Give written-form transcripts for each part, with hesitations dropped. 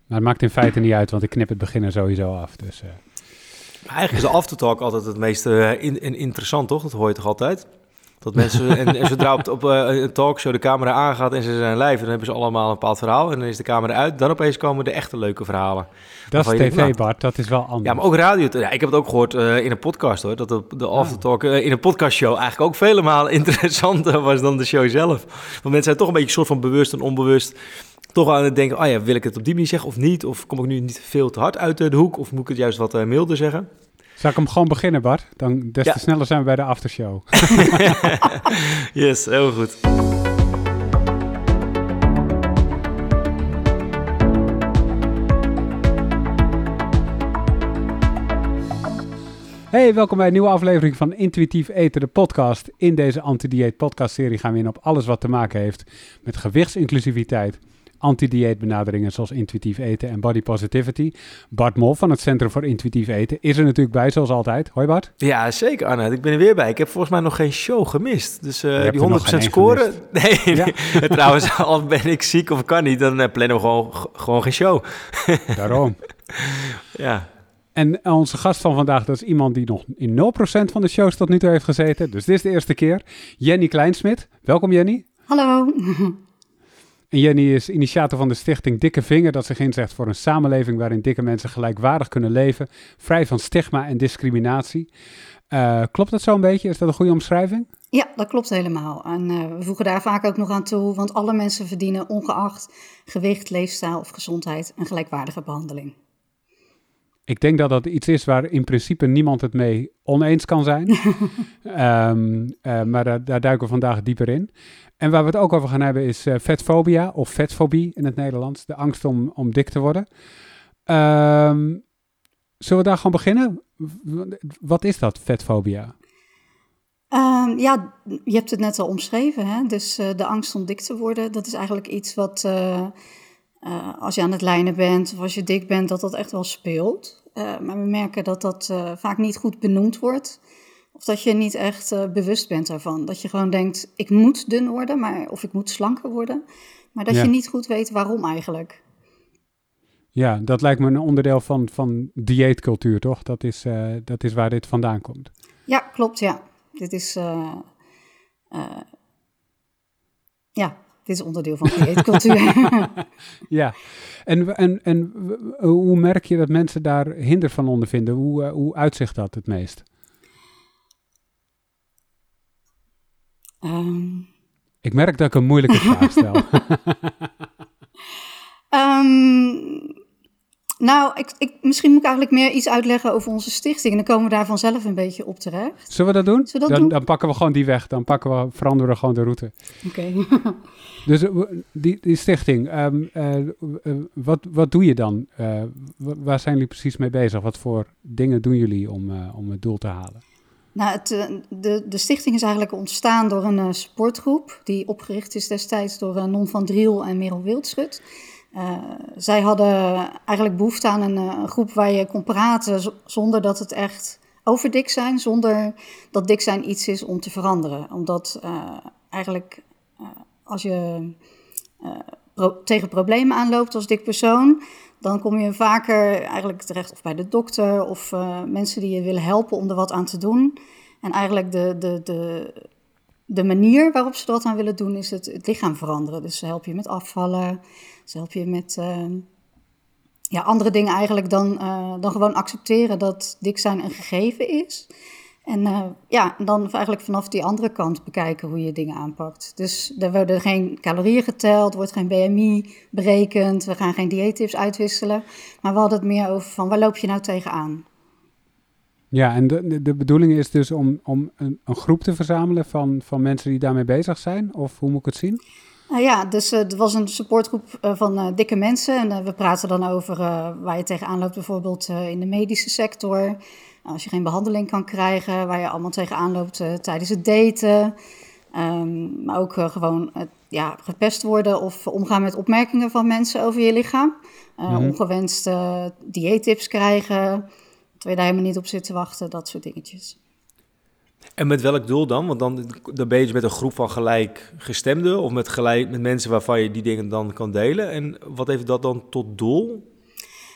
Maar het maakt in feite niet uit, want ik knip het begin er sowieso af. Dus, Eigenlijk is de aftertalk altijd het meest interessant, toch? Dat hoor je toch altijd? Dat mensen, en zodra op een talkshow de camera aangaat en ze zijn live, dan hebben ze allemaal een bepaald verhaal. En dan is de camera uit. Dan opeens komen de echte leuke verhalen. Dat is tv, Bart. Dat is wel anders. Ja, maar ook radio. Ja, ik heb het ook gehoord in een podcast, hoor. Dat de aftertalk in een podcastshow eigenlijk ook vele malen interessanter was dan de show zelf. Want mensen zijn toch een beetje een soort van bewust en onbewust toch aan het denken, oh ja, wil ik het op die manier zeggen of niet? Of kom ik nu niet veel te hard uit de hoek? Of moet ik het juist wat milder zeggen? Zal ik hem gewoon beginnen, Bart? Dan des te sneller zijn we bij de aftershow. Yes, heel goed. Hey, welkom bij een nieuwe aflevering van Intuïtief Eten, de podcast. In deze anti-dieet podcastserie gaan we in op alles wat te maken heeft met gewichtsinclusiviteit, anti-dieet benaderingen zoals intuïtief eten en body positivity. Bart Mol van het Centrum voor Intuïtief Eten is er natuurlijk bij, zoals altijd. Hoi Bart. Ja, zeker Arnoud. Ik ben er weer bij. Ik heb volgens mij nog geen show gemist. Dus die 100% scoren... Nee, ja. Trouwens, al ben ik ziek of kan niet, dan plannen we gewoon geen show. Daarom. Ja. En onze gast van vandaag, dat is iemand die nog in 0% van de shows tot nu toe heeft gezeten. Dus dit is de eerste keer. Jenny Kleinsmit. Welkom Jenny. Hallo. En Jenny is initiator van de stichting Dikke Vinger, dat zich inzet voor een samenleving waarin dikke mensen gelijkwaardig kunnen leven, vrij van stigma en discriminatie. Klopt dat zo'n beetje? Is dat een goede omschrijving? Ja, dat klopt helemaal. En we voegen daar vaak ook nog aan toe, want alle mensen verdienen ongeacht gewicht, leefstijl of gezondheid een gelijkwaardige behandeling. Ik denk dat dat iets is waar in principe niemand het mee oneens kan zijn. Maar daar duiken we vandaag dieper in. En waar we het ook over gaan hebben is vetfobia of vetfobie in het Nederlands. De angst om dik te worden. Zullen we daar gewoon beginnen? Wat is dat, vetfobia? Ja, je hebt het net al omschreven. Hè? Dus de angst om dik te worden, dat is eigenlijk iets wat als je aan het lijnen bent of als je dik bent, dat echt wel speelt. Maar we merken dat vaak niet goed benoemd wordt. Of dat je niet echt bewust bent daarvan. Dat je gewoon denkt, ik moet dun worden, of ik moet slanker worden. Maar dat je niet goed weet waarom eigenlijk. Ja, dat lijkt me een onderdeel van dieetcultuur, toch? Dat is waar dit vandaan komt. Ja, klopt, ja. Dit is onderdeel van dieetcultuur. Ja, en hoe merk je dat mensen daar hinder van ondervinden? Hoe uitzicht dat het meest? Ik merk dat ik een moeilijke vraag stel. Misschien moet ik eigenlijk meer iets uitleggen over onze stichting. En dan komen we daar vanzelf een beetje op terecht. Zullen we dat doen? Dan pakken we gewoon die weg. Dan veranderen we gewoon de route. Oké. Dus die stichting, wat doe je dan? Waar zijn jullie precies mee bezig? Wat voor dingen doen jullie om het doel te halen? Nou, de stichting is eigenlijk ontstaan door een sportgroep die opgericht is destijds door Non van Driel en Merel Wildschut. Zij hadden eigenlijk behoefte aan een groep waar je kon praten zonder dat het echt over dik zijn, zonder dat dik zijn iets is om te veranderen. Omdat eigenlijk als je tegen problemen aanloopt als dik persoon, dan kom je vaker eigenlijk terecht of bij de dokter of mensen die je willen helpen om er wat aan te doen. En eigenlijk de manier waarop ze er wat aan willen doen is het lichaam veranderen. Dus ze helpen je met afvallen, ze helpen je met andere dingen eigenlijk dan gewoon accepteren dat dik zijn een gegeven is. En dan eigenlijk vanaf die andere kant bekijken hoe je dingen aanpakt. Dus er worden geen calorieën geteld, er wordt geen BMI berekend, we gaan geen dieettips uitwisselen. Maar we hadden het meer over van waar loop je nou tegenaan? Ja, en de bedoeling is dus om een groep te verzamelen van mensen die daarmee bezig zijn? Of hoe moet ik het zien? Dus er was een supportgroep van dikke mensen. En we praten dan over waar je tegenaan loopt, bijvoorbeeld in de medische sector. Als je geen behandeling kan krijgen, waar je allemaal tegenaan loopt tijdens het daten. Maar ook gewoon gepest worden of omgaan met opmerkingen van mensen over je lichaam. Ongewenste dieettips krijgen, terwijl je daar helemaal niet op zit te wachten, dat soort dingetjes. En met welk doel dan? Want dan ben je dus met een groep van gelijkgestemden of met mensen waarvan je die dingen dan kan delen. En wat heeft dat dan tot doel?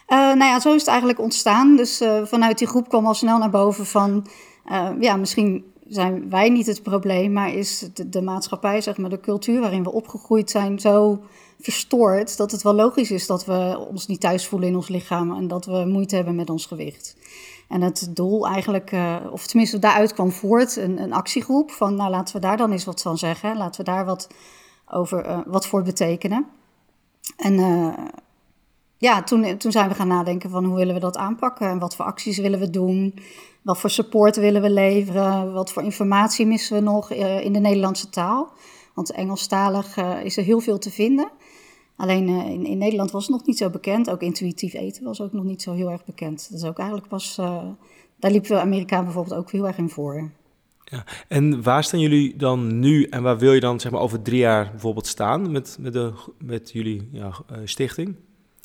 Nou ja, zo is het eigenlijk ontstaan. Dus vanuit die groep kwam al snel naar boven van... misschien zijn wij niet het probleem, maar is de maatschappij, zeg maar, de cultuur waarin we opgegroeid zijn zo verstoord, dat het wel logisch is dat we ons niet thuis voelen in ons lichaam en dat we moeite hebben met ons gewicht. En het doel eigenlijk, of tenminste daaruit kwam voort, een actiegroep van, nou laten we daar dan eens wat van zeggen, laten we daar wat voor betekenen. En toen zijn we gaan nadenken van hoe willen we dat aanpakken en wat voor acties willen we doen, wat voor support willen we leveren, wat voor informatie missen we nog in de Nederlandse taal. Want Engelstalig is er heel veel te vinden. Alleen in Nederland was het nog niet zo bekend. Ook intuïtief eten was ook nog niet zo heel erg bekend. Dat is ook eigenlijk pas, daar liepen we Amerikaan bijvoorbeeld ook heel erg in voor. Ja. En waar staan jullie dan nu en waar wil je dan zeg maar over 3 jaar bijvoorbeeld staan met jullie stichting?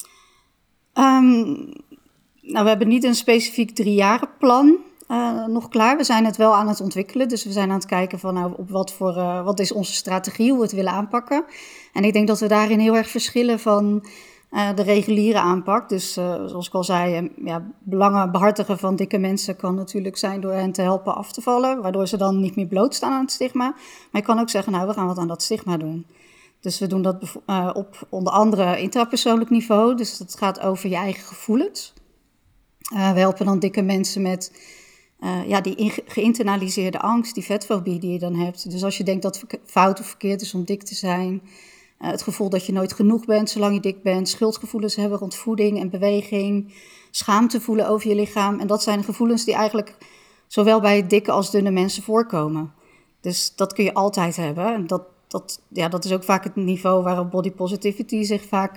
We hebben niet een specifiek 3-jarenplan nog klaar. We zijn het wel aan het ontwikkelen. Dus we zijn aan het kijken van op wat is onze strategie, hoe we het willen aanpakken. En ik denk dat we daarin heel erg verschillen van de reguliere aanpak. Dus zoals ik al zei, belangen behartigen van dikke mensen kan natuurlijk zijn door hen te helpen af te vallen. Waardoor ze dan niet meer blootstaan aan het stigma. Maar je kan ook zeggen, we gaan wat aan dat stigma doen. Dus we doen dat op onder andere intrapersoonlijk niveau. Dus dat gaat over je eigen gevoelens. We helpen dan dikke mensen met die geïnternaliseerde angst, die vetfobie die je dan hebt. Dus als je denkt dat het fout of verkeerd is om dik te zijn, het gevoel dat je nooit genoeg bent zolang je dik bent, schuldgevoelens hebben rond voeding en beweging, schaamte voelen over je lichaam. En dat zijn gevoelens die eigenlijk zowel bij dikke als dunne mensen voorkomen. Dus dat kun je altijd hebben. En dat is ook vaak het niveau waarop body positivity zich vaak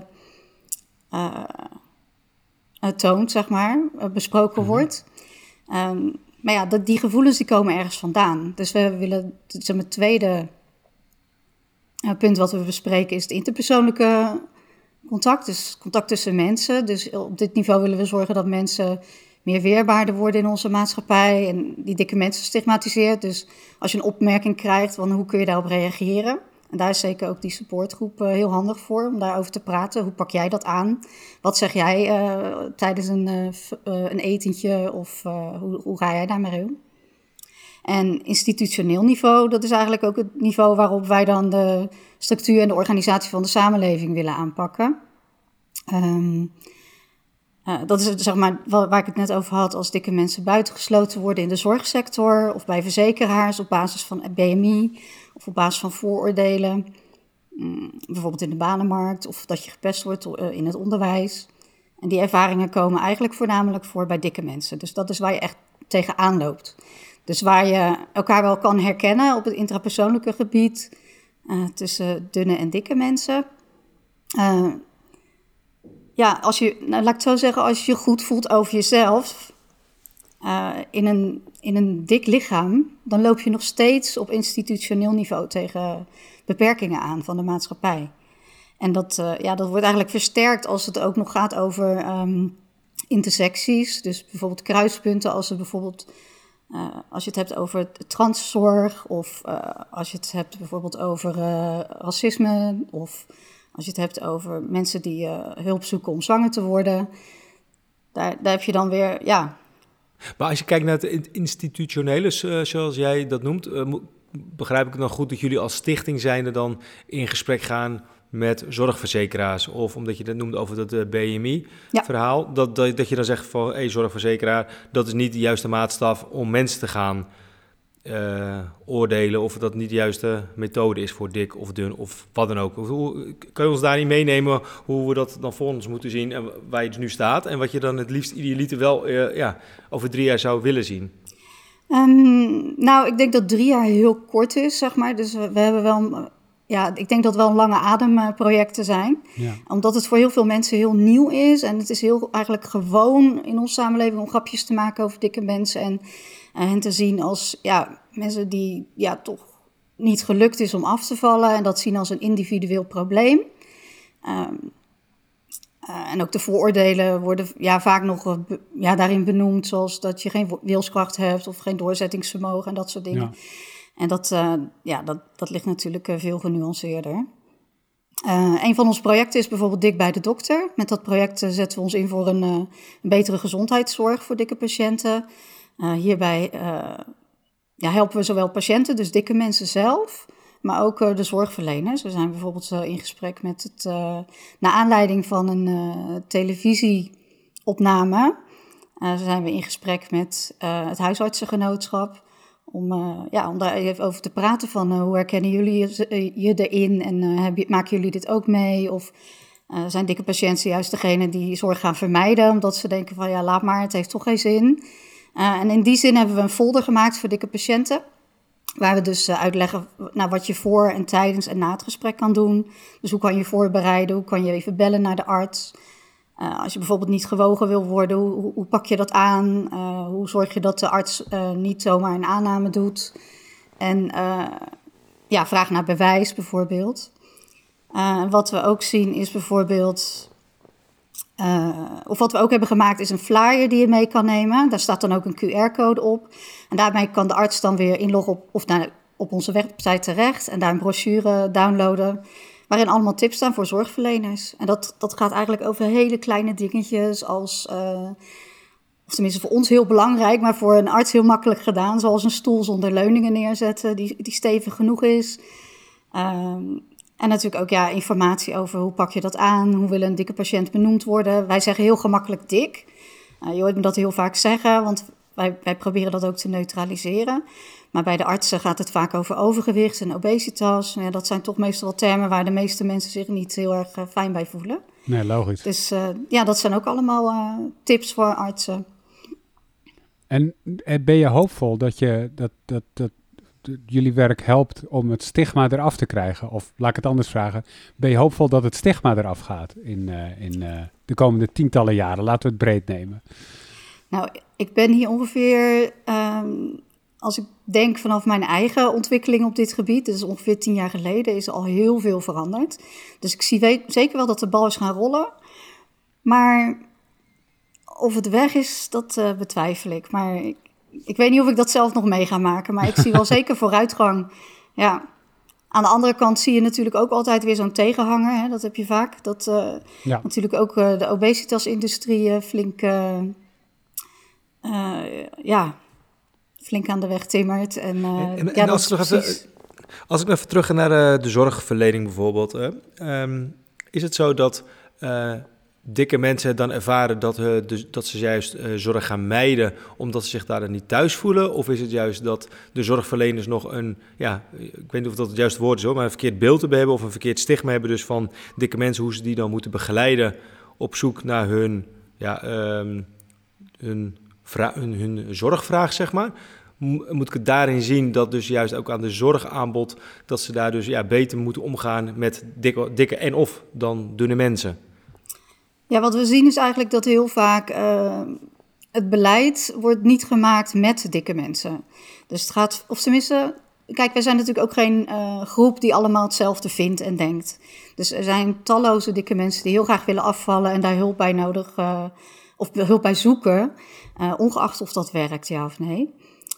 toont, zeg maar, besproken wordt. Maar die gevoelens die komen ergens vandaan. Dus we willen, het tweede punt wat we bespreken is het interpersoonlijke contact. Dus contact tussen mensen. Dus op dit niveau willen we zorgen dat mensen meer weerbaarder worden in onze maatschappij en die dikke mensen stigmatiseert. Dus als je een opmerking krijgt, van hoe kun je daarop reageren? En daar is zeker ook die supportgroep heel handig voor, om daarover te praten. Hoe pak jij dat aan? Wat zeg jij tijdens een etentje of hoe ga jij daarmee om? En institutioneel niveau, dat is eigenlijk ook het niveau waarop wij dan de structuur en de organisatie van de samenleving willen aanpakken. Dat is zeg maar waar ik het net over had, als dikke mensen buitengesloten worden in de zorgsector of bij verzekeraars op basis van BMI of op basis van vooroordelen, bijvoorbeeld in de banenmarkt of dat je gepest wordt in het onderwijs. En die ervaringen komen eigenlijk voornamelijk voor bij dikke mensen. Dus dat is waar je echt tegenaan loopt. Dus waar je elkaar wel kan herkennen op het intrapersoonlijke gebied tussen dunne en dikke mensen. Laat ik het zo zeggen, als je je goed voelt over jezelf in een dik lichaam, dan loop je nog steeds op institutioneel niveau tegen beperkingen aan van de maatschappij. En dat wordt eigenlijk versterkt als het ook nog gaat over intersecties. Dus bijvoorbeeld kruispunten als je het hebt over transzorg of als je het hebt bijvoorbeeld over racisme of als je het hebt over mensen die hulp zoeken om zwanger te worden. Daar heb je dan weer, Maar als je kijkt naar het institutionele, zoals jij dat noemt, begrijp ik dan goed dat jullie als stichting zijnde dan in gesprek gaan met zorgverzekeraars? Of omdat je dat noemde over dat BMI-verhaal, dat je dan zegt van, zorgverzekeraar, dat is niet de juiste maatstaf om mensen te gaan oordelen of dat niet de juiste methode is voor dik of dun of wat dan ook. Kan je ons daarin meenemen hoe we dat dan voor ons moeten zien en waar je dus nu staat en wat je dan het liefst idealiter wel over 3 jaar zou willen zien? Ik denk dat 3 jaar heel kort is, zeg maar. Dus we hebben wel, ik denk dat het wel lange ademprojecten zijn. Ja. Omdat het voor heel veel mensen heel nieuw is en het is heel eigenlijk gewoon in onze samenleving om grapjes te maken over dikke mensen en hen te zien als mensen die toch niet gelukt is om af te vallen en dat zien als een individueel probleem. En ook de vooroordelen worden vaak nog daarin benoemd, zoals dat je geen wilskracht hebt of geen doorzettingsvermogen en dat soort dingen. Ja. En dat ligt natuurlijk veel genuanceerder. Een van onze projecten is bijvoorbeeld Dik bij de dokter. Met dat project zetten we ons in voor een betere gezondheidszorg voor dikke patiënten. Hierbij helpen we zowel patiënten, dus dikke mensen zelf, maar ook de zorgverleners. We zijn bijvoorbeeld in gesprek met naar aanleiding van een televisieopname, zijn we in gesprek met het huisartsengenootschap om daar even over te praten van hoe herkennen jullie je erin en maken jullie dit ook mee? Of zijn dikke patiënten juist degene die zorg gaan vermijden omdat ze denken van ja, laat maar, het heeft toch geen zin. En in die zin hebben we een folder gemaakt voor dikke patiënten, waar we dus uitleggen wat je voor en tijdens en na het gesprek kan doen. Dus hoe kan je voorbereiden, hoe kan je even bellen naar de arts. Als je bijvoorbeeld niet gewogen wil worden, hoe pak je dat aan? Hoe zorg je dat de arts niet zomaar een aanname doet? En vraag naar bewijs bijvoorbeeld. Wat we ook zien is bijvoorbeeld, of wat we ook hebben gemaakt is een flyer die je mee kan nemen. Daar staat dan ook een QR-code op. En daarmee kan de arts dan weer inloggen op onze website terecht en daar een brochure downloaden, waarin allemaal tips staan voor zorgverleners. En dat gaat eigenlijk over hele kleine dingetjes als, of tenminste voor ons heel belangrijk, maar voor een arts heel makkelijk gedaan, zoals een stoel zonder leuningen neerzetten die stevig genoeg is. En natuurlijk ook informatie over hoe pak je dat aan, hoe wil een dikke patiënt benoemd worden. Wij zeggen heel gemakkelijk dik. Je hoort me dat heel vaak zeggen, want wij proberen dat ook te neutraliseren. Maar bij de artsen gaat het vaak over overgewicht en obesitas. Ja, dat zijn toch meestal wel termen waar de meeste mensen zich niet heel erg fijn bij voelen. Nee, logisch. Dus dat zijn ook allemaal tips voor artsen. En ben je hoopvol dat jullie werk helpt om het stigma eraf te krijgen? Of laat ik het anders vragen, ben je hoopvol dat het stigma eraf gaat in de komende tientallen jaren? Laten we het breed nemen. Nou, ik ben hier ongeveer, als ik denk vanaf mijn eigen ontwikkeling op dit gebied, dus ongeveer 10 jaar geleden, is er al heel veel veranderd. Dus ik zie zeker wel dat de bal is gaan rollen. Maar of het weg is, dat betwijfel ik. Maar ik weet niet of ik dat zelf nog mee ga maken, maar ik zie wel zeker vooruitgang. Ja. Aan de andere kant zie je natuurlijk ook altijd weer zo'n tegenhanger. Hè? Dat heb je vaak. Dat natuurlijk ook de obesitas-industrie flink aan de weg timmert. En als ik even terug ga naar de zorgverlening bijvoorbeeld. Is het zo dat dikke mensen dan ervaren dat ze juist zorg gaan mijden omdat ze zich daar niet thuis voelen? Of is het juist dat de zorgverleners nog ik weet niet of dat het juiste woord is hoor, maar een verkeerd beeld hebben of een verkeerd stigma hebben dus van dikke mensen, hoe ze die dan moeten begeleiden op zoek naar hun zorgvraag, zeg maar? Moet ik het daarin zien dat dus juist ook aan de zorgaanbod, dat ze daar dus beter moeten omgaan met dikke en of dan dunne mensen? Ja, wat we zien is eigenlijk dat heel vaak het beleid wordt niet gemaakt met dikke mensen. Dus het gaat, of tenminste, kijk, wij zijn natuurlijk ook geen groep die allemaal hetzelfde vindt en denkt. Dus er zijn talloze dikke mensen die heel graag willen afvallen en daar hulp bij nodig, of hulp bij zoeken, ongeacht of dat werkt, ja of nee.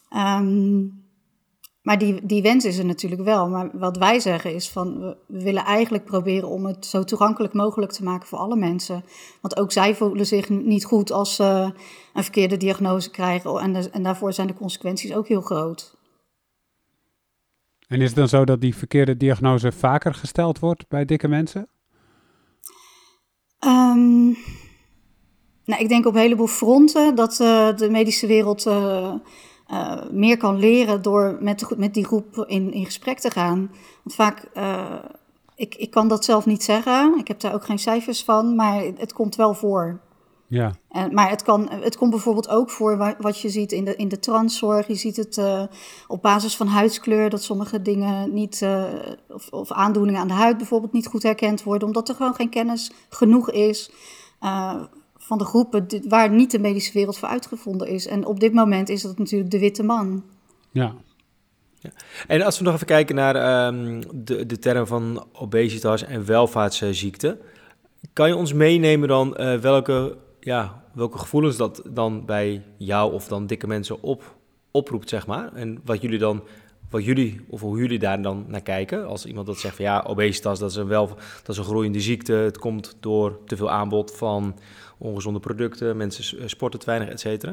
Maar die wens is er natuurlijk wel. Maar wat wij zeggen is van, we willen eigenlijk proberen om het zo toegankelijk mogelijk te maken voor alle mensen. Want ook zij voelen zich niet goed als ze een verkeerde diagnose krijgen. En daarvoor zijn de consequenties ook heel groot. En is het dan zo dat die verkeerde diagnose vaker gesteld wordt bij dikke mensen? Ik denk op een heleboel fronten dat de medische wereld meer kan leren door met die groep in gesprek te gaan. Want vaak, ik kan dat zelf niet zeggen, ik heb daar ook geen cijfers van, maar het komt wel voor. Ja. Maar het komt bijvoorbeeld ook voor wat je ziet in de transzorg. Je ziet het op basis van huidskleur, dat sommige dingen niet, of aandoeningen aan de huid bijvoorbeeld niet goed herkend worden, omdat er gewoon geen kennis genoeg is van de groepen waar niet de medische wereld voor uitgevonden is. En op dit moment is dat natuurlijk de witte man. Ja. Ja. En als we nog even kijken naar de term van obesitas en welvaartsziekte, kan je ons meenemen dan welke gevoelens dat dan bij jou of dan dikke mensen oproept, zeg maar? En wat jullie dan wat jullie, of hoe jullie daar dan naar kijken. Als iemand dat zegt van ja, obesitas, dat is een groeiende ziekte. Het komt door te veel aanbod van ongezonde producten. Mensen sporten te weinig, et cetera.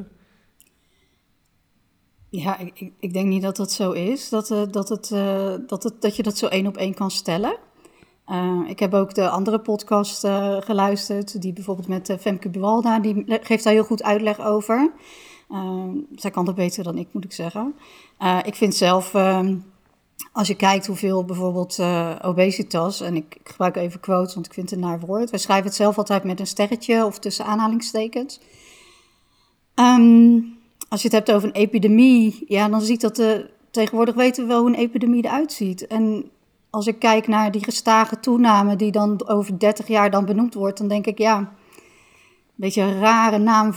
Ja, ik denk niet dat dat zo is. Dat je dat zo 1 op 1 kan stellen. Ik heb ook de andere podcast geluisterd. Die bijvoorbeeld met Femke Buwalda. Die geeft daar heel goed uitleg over. Zij kan dat beter dan ik, moet ik zeggen. Ik vind zelf, als je kijkt hoeveel bijvoorbeeld obesitas, en ik gebruik even quotes, want ik vind het een naar woord. Wij schrijven het zelf altijd met een sterretje of tussen aanhalingstekens. Als je het hebt over een epidemie, ja, dan ziet dat tegenwoordig weten we wel hoe een epidemie eruit ziet. En als ik kijk naar die gestage toename die dan over 30 jaar dan benoemd wordt, dan denk ik, ja, een beetje een rare naam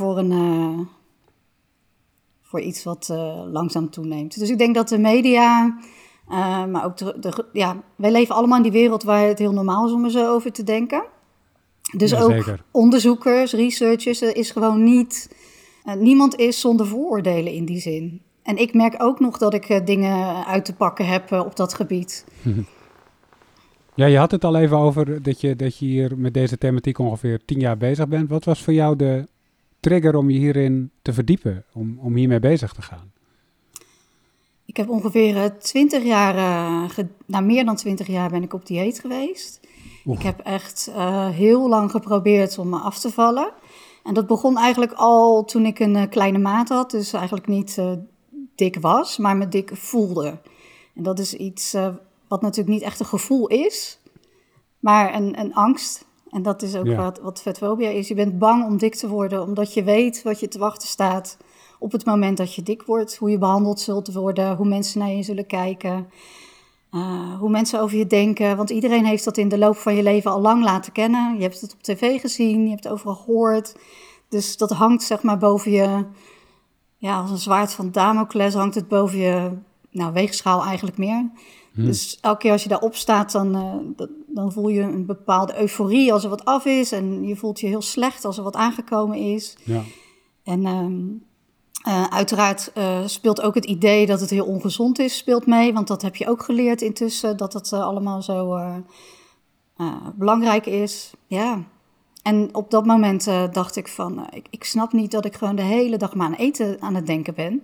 voor iets wat langzaam toeneemt. Dus ik denk dat de media, maar ook wij leven allemaal in die wereld waar het heel normaal is om er zo over te denken. Dus ja, ook zeker. Onderzoekers, researchers, is gewoon niet, niemand is zonder vooroordelen in die zin. En ik merk ook nog dat ik dingen uit te pakken heb op dat gebied. Ja, je had het al even over dat je hier met deze thematiek ongeveer 10 jaar bezig bent. Wat was voor jou de trigger om je hierin te verdiepen, om hiermee bezig te gaan? Ik heb ongeveer 20 jaar, meer dan 20 jaar ben ik op dieet geweest. Ik heb echt heel lang geprobeerd om me af te vallen. En dat begon eigenlijk al toen ik een kleine maat had. Dus eigenlijk niet dik was, maar me dik voelde. En dat is iets wat natuurlijk niet echt een gevoel is, maar een angst. En dat is ook wat vetfobia is. Je bent bang om dik te worden, omdat je weet wat je te wachten staat op het moment dat je dik wordt. Hoe je behandeld zult worden, hoe mensen naar je zullen kijken, hoe mensen over je denken. Want iedereen heeft dat in de loop van je leven al lang laten kennen. Je hebt het op tv gezien, je hebt het overal gehoord. Dus dat hangt zeg maar boven je, ja, als een zwaard van Damocles hangt het boven je, weegschaal eigenlijk meer. Dus elke keer als je daarop staat, dan voel je een bepaalde euforie als er wat af is. En je voelt je heel slecht als er wat aangekomen is. Ja. En uiteraard speelt ook het idee dat het heel ongezond is, speelt mee. Want dat heb je ook geleerd intussen, dat het allemaal zo belangrijk is. Ja. En op dat moment dacht ik van, ik snap niet dat ik gewoon de hele dag maar aan eten aan het denken ben.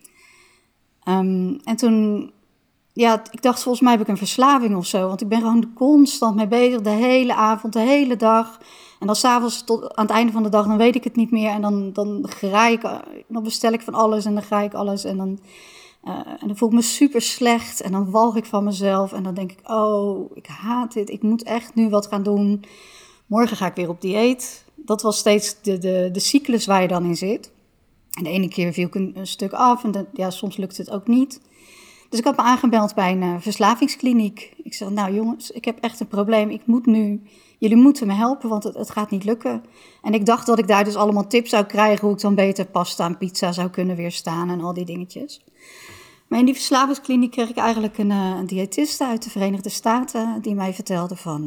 En toen... Ja, ik dacht, volgens mij heb ik een verslaving of zo. Want ik ben gewoon constant mee bezig, de hele avond, de hele dag. En dan 's avonds tot aan het einde van de dag, dan weet ik het niet meer. En dan graai ik, dan bestel ik van alles en dan graai ik alles. En dan voel ik me super slecht en dan walg ik van mezelf. En dan denk ik, oh, ik haat dit. Ik moet echt nu wat gaan doen. Morgen ga ik weer op dieet. Dat was steeds de cyclus waar je dan in zit. En de ene keer viel ik een stuk af en soms lukt het ook niet. Dus ik had me aangemeld bij een verslavingskliniek. Ik zei, nou jongens, ik heb echt een probleem. Jullie moeten me helpen, want het gaat niet lukken. En ik dacht dat ik daar dus allemaal tips zou krijgen hoe ik dan beter pasta en pizza zou kunnen weerstaan en al die dingetjes. Maar in die verslavingskliniek kreeg ik eigenlijk een diëtiste uit de Verenigde Staten die mij vertelde van...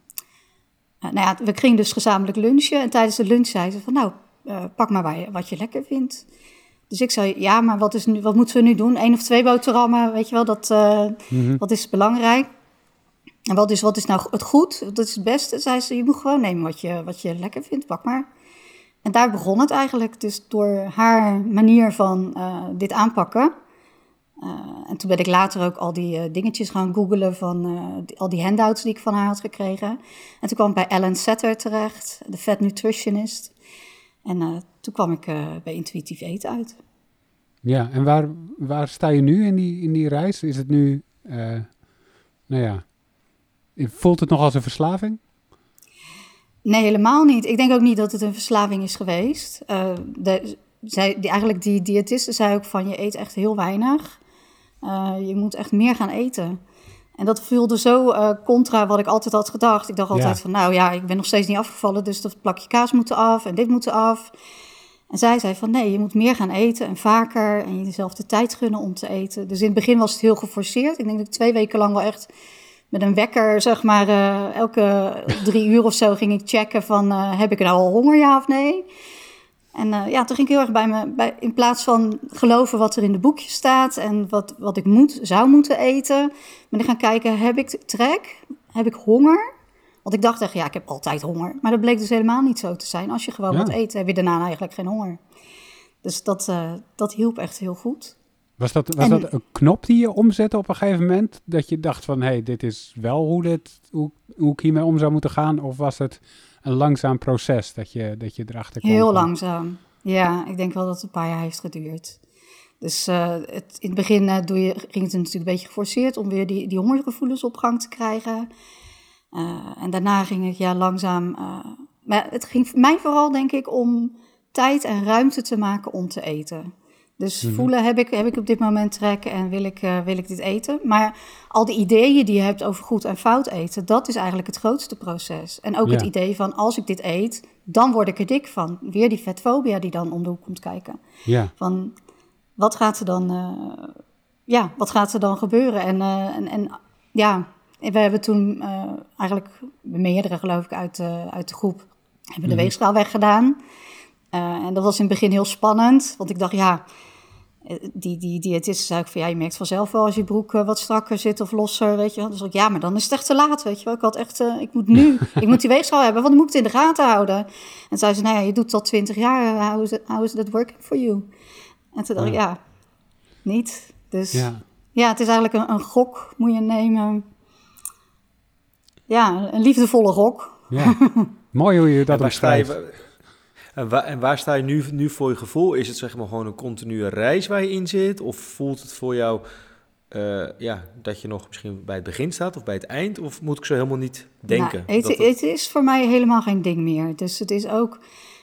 we gingen dus gezamenlijk lunchen en tijdens de lunch zei ze van pak maar wat je lekker vindt. Dus ik zei, ja, maar wat moeten we nu doen? 1 of 2 boterhammen, weet je wel, wat is belangrijk? En wat is nou het goed? Wat is het beste? Zei ze, je moet gewoon nemen wat je lekker vindt, pak maar. En daar begon het eigenlijk, dus door haar manier van dit aanpakken. En toen ben ik later ook al die dingetjes gaan googlen van al die handouts die ik van haar had gekregen. En toen kwam ik bij Ellen Setter terecht, de fat nutritionist. En toen kwam ik bij intuïtief eten uit. Ja, en waar sta je nu in die reis? Is het nu, voelt het nog als een verslaving? Nee, helemaal niet. Ik denk ook niet dat het een verslaving is geweest. Die diëtiste zei ook van, je eet echt heel weinig. Je moet echt meer gaan eten. En dat voelde zo contra wat ik altijd had gedacht. Ik dacht altijd van, ik ben nog steeds niet afgevallen, dus dat plakje kaas moet af en dit moet af. En zij zei van, nee, je moet meer gaan eten en vaker en jezelf de tijd gunnen om te eten. Dus in het begin was het heel geforceerd. Ik denk dat ik 2 weken lang wel echt met een wekker, zeg maar, elke 3 uur of zo ging ik checken van, heb ik nou al honger, ja of nee? En toen ging ik heel erg in plaats van geloven wat er in de boekjes staat en wat ik zou moeten eten, ben ik gaan kijken, heb ik trek? Heb ik honger? Want ik dacht echt, ik heb altijd honger. Maar dat bleek dus helemaal niet zo te zijn. Als je gewoon wat eet, heb je daarna eigenlijk geen honger. Dus dat hielp echt heel goed. Was dat een knop die je omzette op een gegeven moment? Dat je dacht van, dit is wel hoe ik hiermee om zou moeten gaan? Of was het een langzaam proces dat je erachter kwam? Heel langzaam. Ja, ik denk wel dat het een paar jaar heeft geduurd. Dus in het begin ging het natuurlijk een beetje geforceerd om weer die hongergevoelens op gang te krijgen. En daarna ging het langzaam... maar het ging mij vooral, denk ik, om tijd en ruimte te maken om te eten. Dus voelen, heb ik op dit moment trek en wil ik dit eten? Maar al die ideeën die je hebt over goed en fout eten, dat is eigenlijk het grootste proces. En ook het idee van, als ik dit eet, dan word ik er dik van. Weer die vetfobia die dan om de hoek komt kijken. Ja. Van, wat gaat er dan gebeuren? En we hebben toen eigenlijk meerdere, geloof ik, uit de groep, hebben de weegschaal weggedaan. En dat was in het begin heel spannend, want ik dacht, die diëtist zei ook van, je merkt vanzelf wel als je broek wat strakker zit of losser, weet je wel. Dus ik, maar dan is het echt te laat, weet je wel. Ik had echt, ik moet die weegschaal hebben, want dan moet ik het in de gaten houden. En zei ze, je doet het al 20 jaar, how is that working for you? En toen dacht ik, niet. Dus het is eigenlijk een gok moet je nemen. Ja, een liefdevolle gok. Ja. Mooi hoe je dat omschrijft. En waar sta je nu voor je gevoel? Is het zeg maar gewoon een continue reis waar je in zit? Of voelt het voor jou dat je nog misschien bij het begin staat of bij het eind? Of moet ik zo helemaal niet denken? Het is voor mij helemaal geen ding meer. Dus het is ook...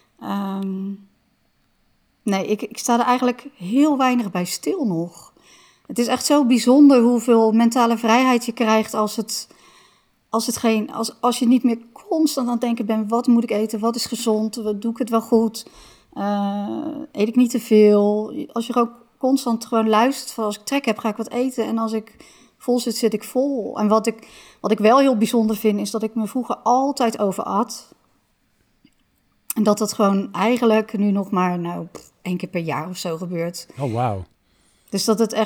ik sta er eigenlijk heel weinig bij stil nog. Het is echt zo bijzonder hoeveel mentale vrijheid je krijgt als je niet meer constant aan het denken bent, wat moet ik eten, wat is gezond, doe ik het wel goed, eet ik niet te veel. Als je ook constant gewoon luistert van, als ik trek heb, ga ik wat eten en als ik vol zit, zit ik vol. En wat ik wel heel bijzonder vind, is dat ik me vroeger altijd overat. En dat gewoon eigenlijk nu nog maar 1 keer per jaar of zo gebeurt. Oh, wauw. Dus dat het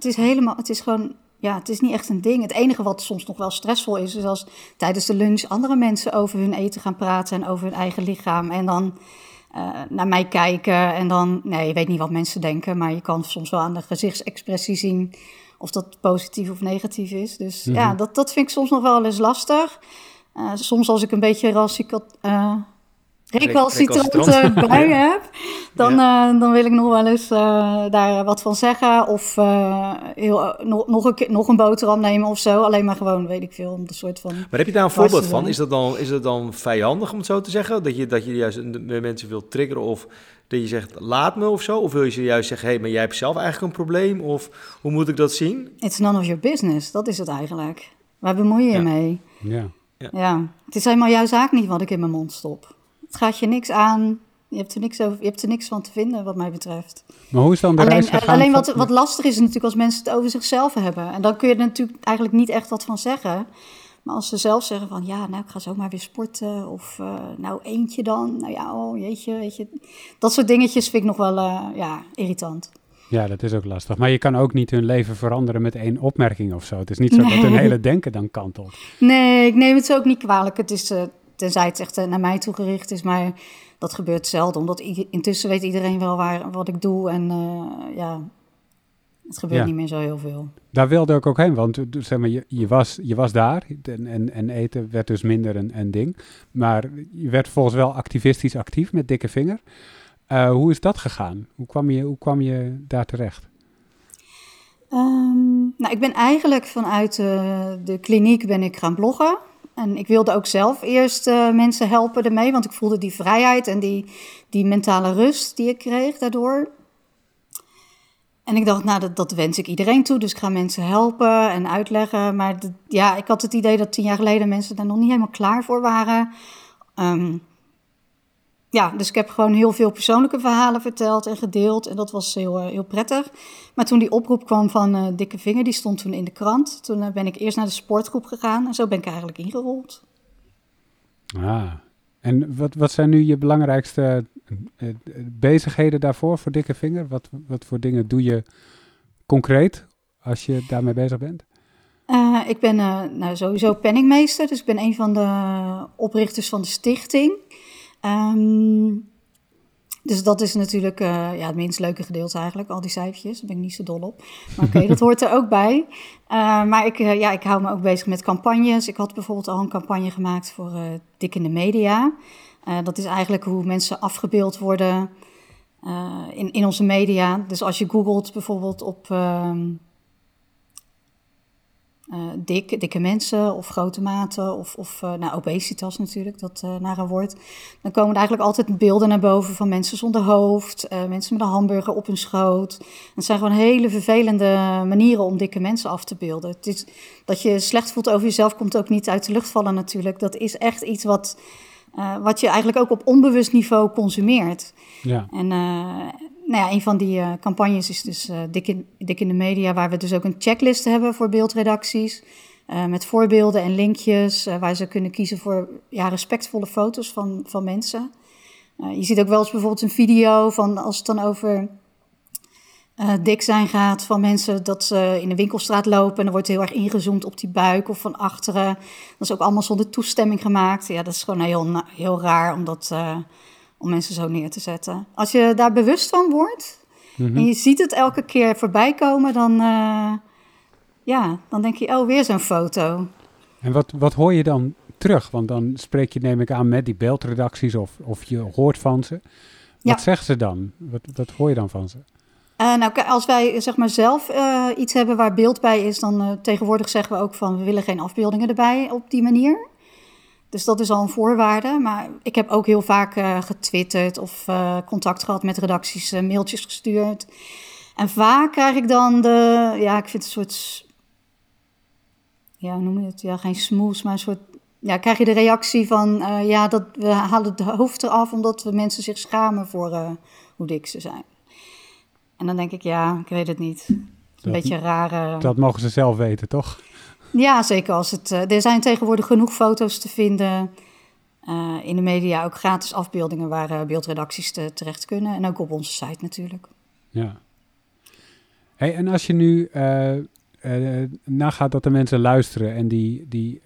is niet echt een ding. Het enige wat soms nog wel stressvol is als tijdens de lunch andere mensen over hun eten gaan praten en over hun eigen lichaam. En dan naar mij kijken en dan, je weet niet wat mensen denken, maar je kan soms wel aan de gezichtsexpressie zien of dat positief of negatief is. Dus dat vind ik soms nog wel eens lastig. Soms als ik een beetje recalcitrante buien heb, dan wil ik nog wel eens daar wat van zeggen. Of nog een boterham nemen of zo. Alleen maar gewoon, weet ik veel, om de soort van... Maar heb je daar een voorbeeld van? Is dat dan vijandig, om het zo te zeggen? Dat je juist mensen wilt triggeren of dat je zegt, laat me of zo? Of wil je ze juist zeggen, maar jij hebt zelf eigenlijk een probleem? Of hoe moet ik dat zien? It's none of your business, dat is het eigenlijk. Waar bemoei je mee? Ja, het is helemaal jouw zaak niet wat ik in mijn mond stop. Het gaat je niks aan. Je hebt er niks van te vinden, wat mij betreft. Maar hoe is dan de reis gegaan? Alleen wat lastig is natuurlijk als mensen het over zichzelf hebben. En dan kun je er natuurlijk eigenlijk niet echt wat van zeggen. Maar als ze zelf zeggen van, ik ga zomaar weer sporten. Of eentje dan. Jeetje, weet je. Dat soort dingetjes vind ik nog wel irritant. Ja, dat is ook lastig. Maar je kan ook niet hun leven veranderen met 1 opmerking of zo. Het is niet zo dat hun hele denken dan kantelt. Nee, ik neem het zo ook niet kwalijk. Het is... tenzij het echt naar mij toegericht is, maar dat gebeurt zelden. Omdat intussen weet iedereen wel wat ik doe en het gebeurt niet meer zo heel veel. Daar wilde ik ook heen, want zeg maar, je was daar en eten werd dus minder een ding. Maar je werd volgens wel activistisch actief met dikke vinger. Hoe is dat gegaan? Hoe kwam je daar terecht? Ik ben eigenlijk vanuit de kliniek ben ik gaan bloggen. En ik wilde ook zelf eerst mensen helpen ermee, want ik voelde die vrijheid en die mentale rust die ik kreeg daardoor. En ik dacht, dat wens ik iedereen toe, dus ik ga mensen helpen en uitleggen. Maar ik had het idee dat 10 jaar geleden mensen daar nog niet helemaal klaar voor waren. Dus ik heb gewoon heel veel persoonlijke verhalen verteld en gedeeld. En dat was heel, heel prettig. Maar toen die oproep kwam van Dikke Vinger, die stond toen in de krant. Toen ben ik eerst naar de sportgroep gegaan. En zo ben ik eigenlijk ingerold. En wat zijn nu je belangrijkste bezigheden daarvoor, voor Dikke Vinger? Wat voor dingen doe je concreet als je daarmee bezig bent? Ik ben sowieso penningmeester, dus ik ben een van de oprichters van de stichting. Dus dat is natuurlijk het minst leuke gedeelte eigenlijk, al die cijfertjes. Daar ben ik niet zo dol op. Maar oké, dat hoort er ook bij. Maar ik hou me ook bezig met campagnes. Ik had bijvoorbeeld al een campagne gemaakt voor Dik in de Media. Dat is eigenlijk hoe mensen afgebeeld worden in onze media. Dus als je googelt bijvoorbeeld op dikke mensen of grote maten of obesitas natuurlijk, dat nare woord. Dan komen er eigenlijk altijd beelden naar boven van mensen zonder hoofd, mensen met een hamburger op hun schoot. Het zijn gewoon hele vervelende manieren om dikke mensen af te beelden. Het is, dat je slecht voelt over jezelf komt ook niet uit de lucht vallen natuurlijk. Dat is echt iets wat je eigenlijk ook op onbewust niveau consumeert. Ja. En een van die campagnes is dus Dik in de Media, waar we dus ook een checklist hebben voor beeldredacties. Met voorbeelden en linkjes, waar ze kunnen kiezen voor respectvolle foto's van mensen. Je ziet ook wel eens bijvoorbeeld een video van, als het dan over dik zijn gaat, van mensen dat ze in de winkelstraat lopen en er wordt heel erg ingezoomd op die buik of van achteren. Dat is ook allemaal zonder toestemming gemaakt. Ja, dat is gewoon heel raar om mensen zo neer te zetten. Als je daar bewust van wordt en je ziet het elke keer voorbij komen, dan denk je, weer zo'n foto. En wat hoor je dan terug? Want dan spreek je, neem ik aan, met die beeldredacties of je hoort van ze. Wat zeggen ze dan? Wat hoor je dan van ze? Als wij zeg maar zelf iets hebben waar beeld bij is, dan tegenwoordig zeggen we ook van, we willen geen afbeeldingen erbij op die manier. Dus dat is al een voorwaarde. Maar ik heb ook heel vaak getwitterd of contact gehad met redacties, mailtjes gestuurd. En vaak krijg ik dan ik vind een soort, hoe noem je het? Ja, geen smoes, maar een soort, krijg je de reactie van, dat we halen het hoofd eraf omdat we mensen zich schamen voor hoe dik ze zijn. En dan denk ik, ik weet het niet. Een beetje rare. Dat mogen ze zelf weten, toch? Ja, zeker als het. Er zijn tegenwoordig genoeg foto's te vinden in de media, ook gratis afbeeldingen waar beeldredacties terecht kunnen. En ook op onze site natuurlijk. Ja. Hey, en als je nu nagaat dat de mensen luisteren en die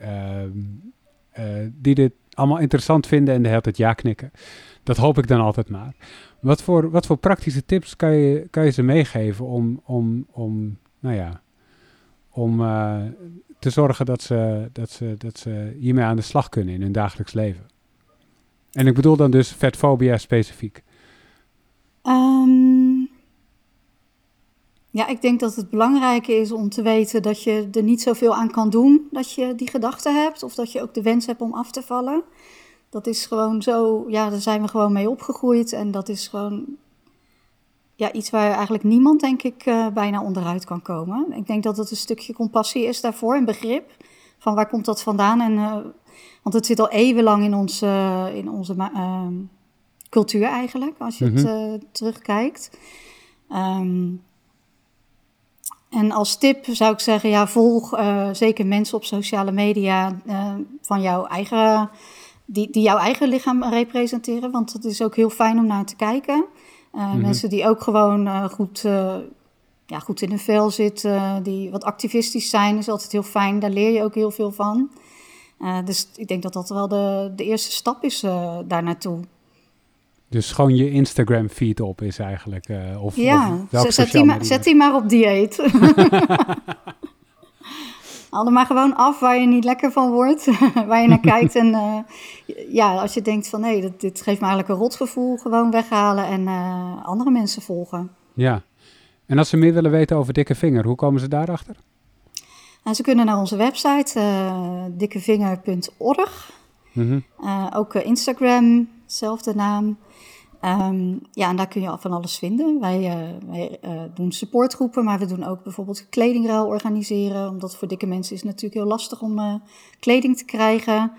dit allemaal interessant vinden en de hele tijd ja knikken. Dat hoop ik dan altijd maar. Wat voor praktische tips kan je ze meegeven om te zorgen dat ze hiermee aan de slag kunnen in hun dagelijks leven? En ik bedoel dan dus vetfobia specifiek. Ik denk dat het belangrijke is om te weten dat je er niet zoveel aan kan doen dat je die gedachte hebt of dat je ook de wens hebt om af te vallen. Dat is gewoon zo, daar zijn we gewoon mee opgegroeid en dat is gewoon iets waar eigenlijk niemand, denk ik, bijna onderuit kan komen. Ik denk dat het een stukje compassie is daarvoor, een begrip van waar komt dat vandaan. Want het zit al eeuwenlang in onze cultuur eigenlijk, als je het terugkijkt. En als tip zou ik zeggen, volg zeker mensen op sociale media van jouw eigen, die jouw eigen lichaam representeren. Want dat is ook heel fijn om naar te kijken. Mensen die ook gewoon goed in hun vel zitten, die wat activistisch zijn, is altijd heel fijn. Daar leer je ook heel veel van. Dus ik denk dat dat wel de eerste stap is daar naartoe. Dus gewoon je Instagram-feed op is eigenlijk. Zet die maar op dieet. Haal er maar gewoon af waar je niet lekker van wordt, waar je naar kijkt. En als je denkt van dit geeft me eigenlijk een rotgevoel, gewoon weghalen en andere mensen volgen. Ja, en als ze meer willen weten over Dikke Vinger, hoe komen ze daarachter? Ze kunnen naar onze website, dikkevinger.org. Ook Instagram, zelfde naam. En daar kun je van alles vinden. Wij doen supportgroepen, maar we doen ook bijvoorbeeld kledingruil organiseren. Omdat voor dikke mensen is het natuurlijk heel lastig om kleding te krijgen.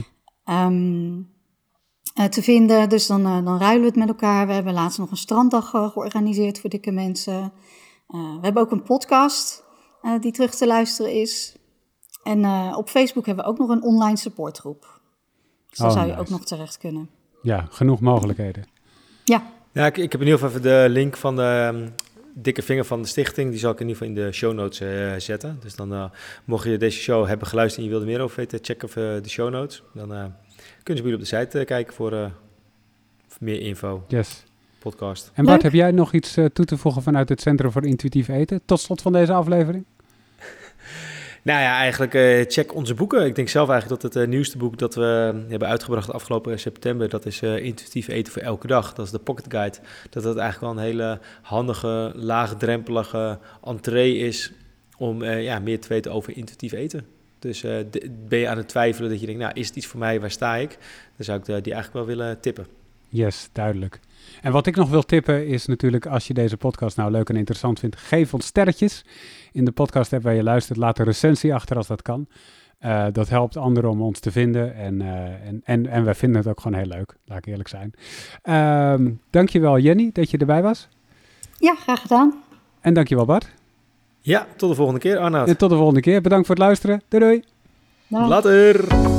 Te vinden. Dus dan ruilen we het met elkaar. We hebben laatst nog een stranddag georganiseerd voor dikke mensen. We hebben ook een podcast die terug te luisteren is. En op Facebook hebben we ook nog een online supportgroep. Dus daar zou je ook nog terecht kunnen. Ja, genoeg mogelijkheden. Ja, ik heb in ieder geval even de link van de dikke vinger van de stichting. Die zal ik in ieder geval in de show notes zetten. Dus dan mocht je deze show hebben geluisterd en je wilde meer over weten, check even de show notes. Dan kunnen ze weer op de site kijken voor meer info. Yes. Podcast. En Bart, heb jij nog iets toe te voegen vanuit het Centrum voor Intuïtief Eten? Tot slot van deze aflevering. Nou ja, eigenlijk check onze boeken. Ik denk zelf eigenlijk dat het nieuwste boek dat we hebben uitgebracht afgelopen september, dat is Intuïtief Eten voor elke dag. Dat is de Pocket Guide. Dat eigenlijk wel een hele handige, laagdrempelige entree is om meer te weten over intuïtief eten. Dus ben je aan het twijfelen dat je denkt, nou, is het iets voor mij, waar sta ik? Dan zou ik die eigenlijk wel willen tippen. Yes, duidelijk. En wat ik nog wil tippen is natuurlijk, als je deze podcast nou leuk en interessant vindt, geef ons sterretjes. In de podcast app waar je luistert, laat een recensie achter als dat kan. Dat helpt anderen om ons te vinden. En wij vinden het ook gewoon heel leuk, laat ik eerlijk zijn. Dankjewel Jenny dat je erbij was. Ja, graag gedaan. En dankjewel Bart. Ja, tot de volgende keer Arnoud. En tot de volgende keer. Bedankt voor het luisteren. Doei doei. Dag. Later.